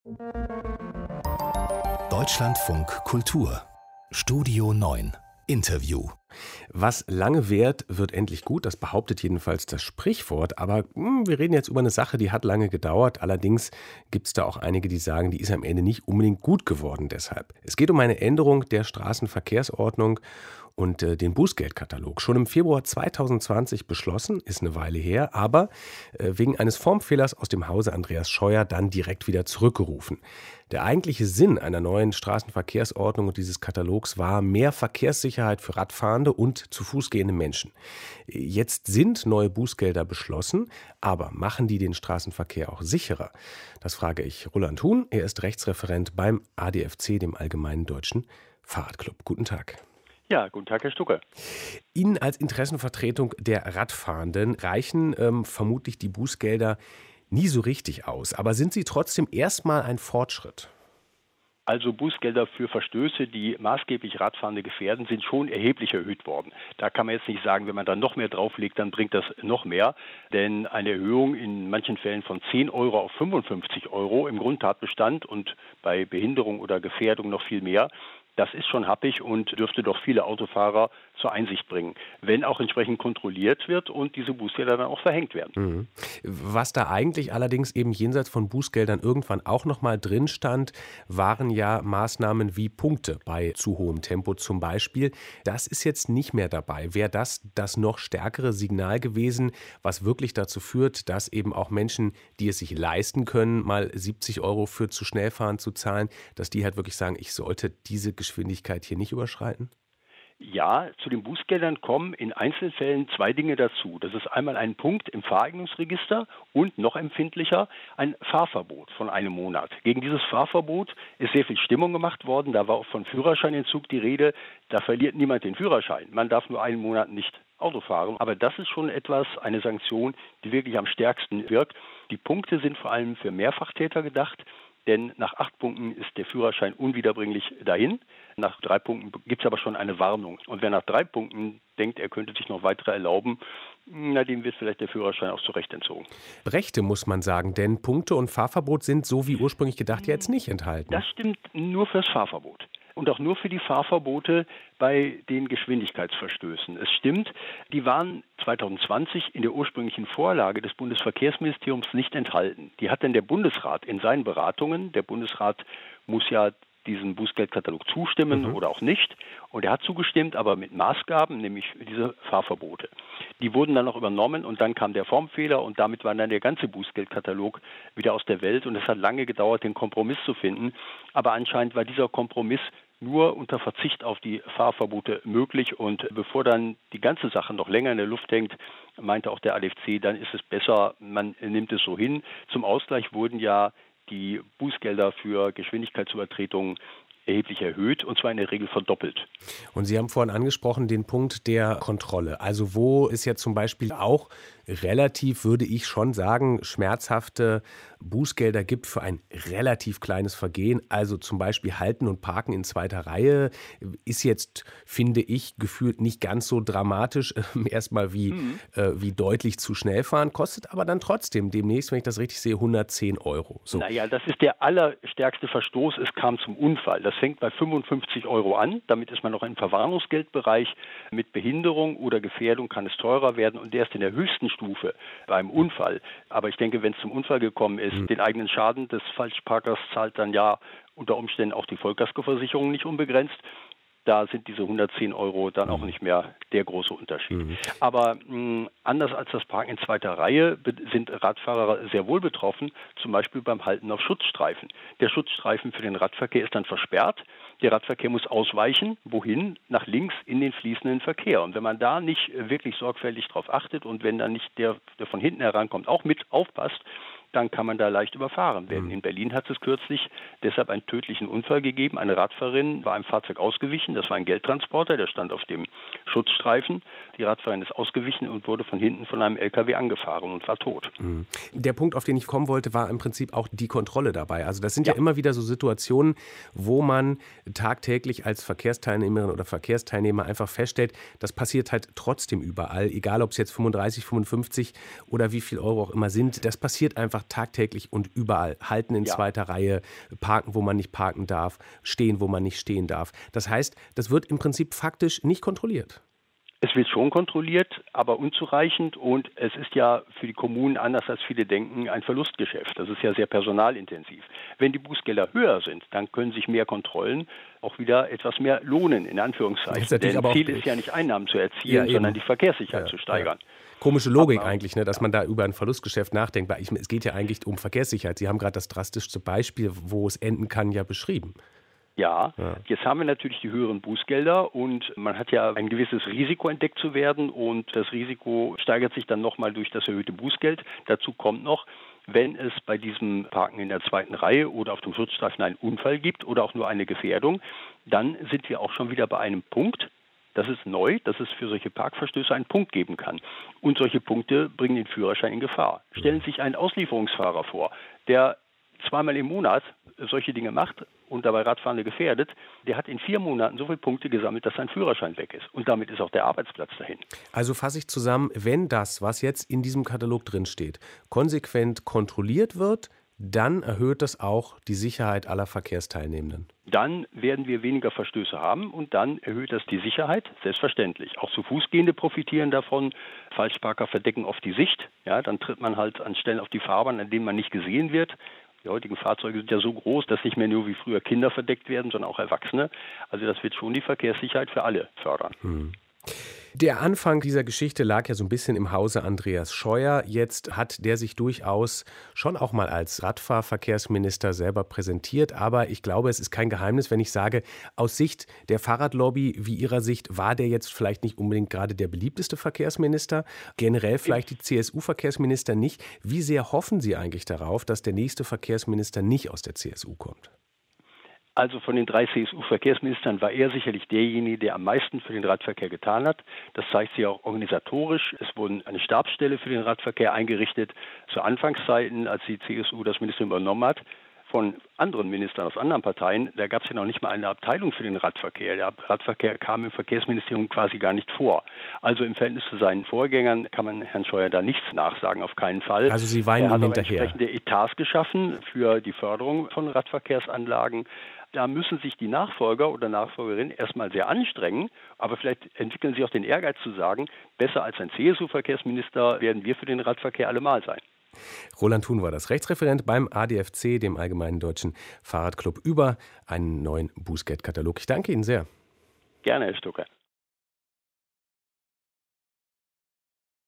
Deutschlandfunk Kultur Studio 9 Interview. Was lange währt, wird endlich gut, das behauptet jedenfalls das Sprichwort. Aber wir reden jetzt über eine Sache, die hat lange gedauert. Allerdings gibt es da auch einige, die sagen, die ist am Ende nicht unbedingt gut geworden deshalb. Es geht um eine Änderung der Straßenverkehrsordnung und den Bußgeldkatalog. Schon im Februar 2020 beschlossen, ist eine Weile her, aber wegen eines Formfehlers aus dem Hause Andreas Scheuer dann direkt wieder zurückgerufen. Der eigentliche Sinn einer neuen Straßenverkehrsordnung und dieses Katalogs war mehr Verkehrssicherheit für Radfahrende und zu Fuß gehende Menschen. Jetzt sind neue Bußgelder beschlossen, aber machen die den Straßenverkehr auch sicherer? Das frage ich Roland Huhn. Er ist Rechtsreferent beim ADFC, dem Allgemeinen Deutschen Fahrradclub. Guten Tag. Ja, guten Tag, Herr Stucke. Ihnen als Interessenvertretung der Radfahrenden reichen vermutlich die Bußgelder nie so richtig aus. Aber sind sie trotzdem erstmal ein Fortschritt? Also Bußgelder für Verstöße, die maßgeblich Radfahrende gefährden, sind schon erheblich erhöht worden. Da kann man jetzt nicht sagen, wenn man da noch mehr drauflegt, dann bringt das noch mehr. Denn eine Erhöhung in manchen Fällen von 10 Euro auf 55 Euro im Grundtatbestand und bei Behinderung oder Gefährdung noch viel mehr, das ist schon happig und dürfte doch viele Autofahrer zur Einsicht bringen, wenn auch entsprechend kontrolliert wird und diese Bußgelder dann auch verhängt werden. Mhm. Was da eigentlich allerdings eben jenseits von Bußgeldern irgendwann auch noch mal drin stand, waren ja Maßnahmen wie Punkte bei zu hohem Tempo zum Beispiel. Das ist jetzt nicht mehr dabei. Wäre das noch stärkere Signal gewesen, was wirklich dazu führt, dass eben auch Menschen, die es sich leisten können, mal 70 Euro für zu schnell fahren zu zahlen, dass die halt wirklich sagen, ich sollte diese Geschwindigkeit hier nicht überschreiten? Ja, zu den Bußgeldern kommen in Einzelfällen zwei Dinge dazu. Das ist einmal ein Punkt im Fahreignungsregister und noch empfindlicher ein Fahrverbot von einem Monat. Gegen dieses Fahrverbot ist sehr viel Stimmung gemacht worden. Da war auch von Führerscheinentzug die Rede. Da verliert niemand den Führerschein. Man darf nur einen Monat nicht Auto fahren. Aber das ist schon eine Sanktion, die wirklich am stärksten wirkt. Die Punkte sind vor allem für Mehrfachtäter gedacht. Denn nach 8 Punkten ist der Führerschein unwiederbringlich dahin. Nach 3 Punkten gibt es aber schon eine Warnung. Und wer nach 3 Punkten denkt, er könnte sich noch weitere erlauben, dem wird vielleicht der Führerschein auch zu Recht entzogen. Rechte, muss man sagen, denn Punkte und Fahrverbot sind so wie ursprünglich gedacht ja jetzt nicht enthalten. Das stimmt nur fürs Fahrverbot. Und auch nur für die Fahrverbote bei den Geschwindigkeitsverstößen. Es stimmt, die waren 2020 in der ursprünglichen Vorlage des Bundesverkehrsministeriums nicht enthalten. Die hat denn der Bundesrat in seinen Beratungen. Der Bundesrat muss ja diesem Bußgeldkatalog zustimmen oder auch nicht. Und er hat zugestimmt, aber mit Maßgaben, nämlich diese Fahrverbote. Die wurden dann noch übernommen und dann kam der Formfehler und damit war dann der ganze Bußgeldkatalog wieder aus der Welt. Und es hat lange gedauert, den Kompromiss zu finden. Aber anscheinend war dieser Kompromiss nur unter Verzicht auf die Fahrverbote möglich. Und bevor dann die ganze Sache noch länger in der Luft hängt, meinte auch der ADFC, dann ist es besser, man nimmt es so hin. Zum Ausgleich wurden ja die Bußgelder für Geschwindigkeitsübertretungen erheblich erhöht und zwar in der Regel verdoppelt. Und Sie haben vorhin angesprochen den Punkt der Kontrolle. Also wo es ja zum Beispiel auch relativ, würde ich schon sagen, schmerzhafte Bußgelder gibt für ein relativ kleines Vergehen. Also zum Beispiel Halten und Parken in zweiter Reihe ist jetzt, finde ich, gefühlt nicht ganz so dramatisch. Erstmal wie deutlich zu schnell fahren, kostet aber dann trotzdem demnächst, wenn ich das richtig sehe, 110 Euro. So. Naja, das ist der allerstärkste Verstoß. Es kam zum Unfall. Das fängt bei 55 Euro an. Damit ist man noch im Verwarnungsgeldbereich. Mit Behinderung oder Gefährdung kann es teurer werden und erst in der höchsten Stufe beim Unfall. Aber ich denke, wenn es zum Unfall gekommen ist, den eigenen Schaden des Falschparkers zahlt dann ja unter Umständen auch die Vollkaskoversicherung nicht unbegrenzt. Da sind diese 110 Euro dann auch nicht mehr der große Unterschied. Aber anders als das Parken in zweiter Reihe sind Radfahrer sehr wohl betroffen, zum Beispiel beim Halten auf Schutzstreifen. Der Schutzstreifen für den Radverkehr ist dann versperrt. Der Radverkehr muss ausweichen. Wohin? Nach links in den fließenden Verkehr. Und wenn man da nicht wirklich sorgfältig drauf achtet und wenn dann nicht der von hinten herankommt, auch mit aufpasst, dann kann man da leicht überfahren werden. In Berlin hat es kürzlich deshalb einen tödlichen Unfall gegeben. Eine Radfahrerin war einem Fahrzeug ausgewichen. Das war ein Geldtransporter, der stand auf dem Schutzstreifen. Die Radfahrerin ist ausgewichen und wurde von hinten von einem LKW angefahren und war tot. Der Punkt, auf den ich kommen wollte, war im Prinzip auch die Kontrolle dabei. Also das sind ja immer wieder so Situationen, wo man tagtäglich als Verkehrsteilnehmerin oder Verkehrsteilnehmer einfach feststellt, das passiert halt trotzdem überall, egal ob es jetzt 35, 55 oder wie viel Euro auch immer sind. Das passiert einfach einfach tagtäglich und überall. Halten in zweiter Reihe, parken, wo man nicht parken darf, stehen, wo man nicht stehen darf. Das heißt, das wird im Prinzip faktisch nicht kontrolliert. Es wird schon kontrolliert, aber unzureichend, und es ist ja für die Kommunen, anders als viele denken, ein Verlustgeschäft. Das ist ja sehr personalintensiv. Wenn die Bußgelder höher sind, dann können sich mehr Kontrollen auch wieder etwas mehr lohnen, in Anführungszeichen. Denn Ziel ist ja nicht, Einnahmen zu erzielen, sondern die Verkehrssicherheit zu steigern. Komische Logik eigentlich, ne, dass man da über ein Verlustgeschäft nachdenkt. Weil es geht ja eigentlich um Verkehrssicherheit. Sie haben gerade das drastischste Beispiel, wo es enden kann, ja beschrieben. Ja, jetzt haben wir natürlich die höheren Bußgelder und man hat ja ein gewisses Risiko, entdeckt zu werden, und das Risiko steigert sich dann nochmal durch das erhöhte Bußgeld. Dazu kommt noch, wenn es bei diesem Parken in der zweiten Reihe oder auf dem Schutzstreifen einen Unfall gibt oder auch nur eine Gefährdung, dann sind wir auch schon wieder bei einem Punkt. Das ist neu, dass es für solche Parkverstöße einen Punkt geben kann. Und solche Punkte bringen den Führerschein in Gefahr. Stellen Sie sich einen Auslieferungsfahrer vor, der zweimal im Monat solche Dinge macht und dabei Radfahrende gefährdet, der hat in 4 Monaten so viele Punkte gesammelt, dass sein Führerschein weg ist. Und damit ist auch der Arbeitsplatz dahin. Also fasse ich zusammen, wenn das, was jetzt in diesem Katalog drinsteht, konsequent kontrolliert wird, dann erhöht das auch die Sicherheit aller Verkehrsteilnehmenden. Dann werden wir weniger Verstöße haben und dann erhöht das die Sicherheit, selbstverständlich. Auch zu Fußgehende profitieren davon. Falschparker verdecken oft die Sicht. Ja, dann tritt man halt an Stellen auf die Fahrbahn, an denen man nicht gesehen wird. Die heutigen Fahrzeuge sind ja so groß, dass nicht mehr nur wie früher Kinder verdeckt werden, sondern auch Erwachsene. Also das wird schon die Verkehrssicherheit für alle fördern. Der Anfang dieser Geschichte lag ja so ein bisschen im Hause Andreas Scheuer. Jetzt hat der sich durchaus schon auch mal als Radfahrverkehrsminister selber präsentiert. Aber ich glaube, es ist kein Geheimnis, wenn ich sage, aus Sicht der Fahrradlobby, wie Ihrer Sicht, war der jetzt vielleicht nicht unbedingt gerade der beliebteste Verkehrsminister. Generell vielleicht die CSU-Verkehrsminister nicht. Wie sehr hoffen Sie eigentlich darauf, dass der nächste Verkehrsminister nicht aus der CSU kommt? Also von den 3 CSU-Verkehrsministern war er sicherlich derjenige, der am meisten für den Radverkehr getan hat. Das zeigt sich auch organisatorisch. Es wurde eine Stabsstelle für den Radverkehr eingerichtet zu Anfangszeiten, als die CSU das Ministerium übernommen hat. Von anderen Ministern aus anderen Parteien, da gab es ja noch nicht mal eine Abteilung für den Radverkehr. Der Radverkehr kam im Verkehrsministerium quasi gar nicht vor. Also im Verhältnis zu seinen Vorgängern kann man Herrn Scheuer da nichts nachsagen, auf keinen Fall. Also Sie weinen ihm hinterher. Er hat entsprechende Etats geschaffen für die Förderung von Radverkehrsanlagen. Da müssen sich die Nachfolger oder Nachfolgerinnen erstmal sehr anstrengen, aber vielleicht entwickeln sie auch den Ehrgeiz zu sagen, besser als ein CSU-Verkehrsminister werden wir für den Radverkehr allemal sein. Roland Thun war das, Rechtsreferent beim ADFC, dem Allgemeinen Deutschen Fahrradclub, über einen neuen Bußgeldkatalog. Ich danke Ihnen sehr. Gerne, Herr Stucker.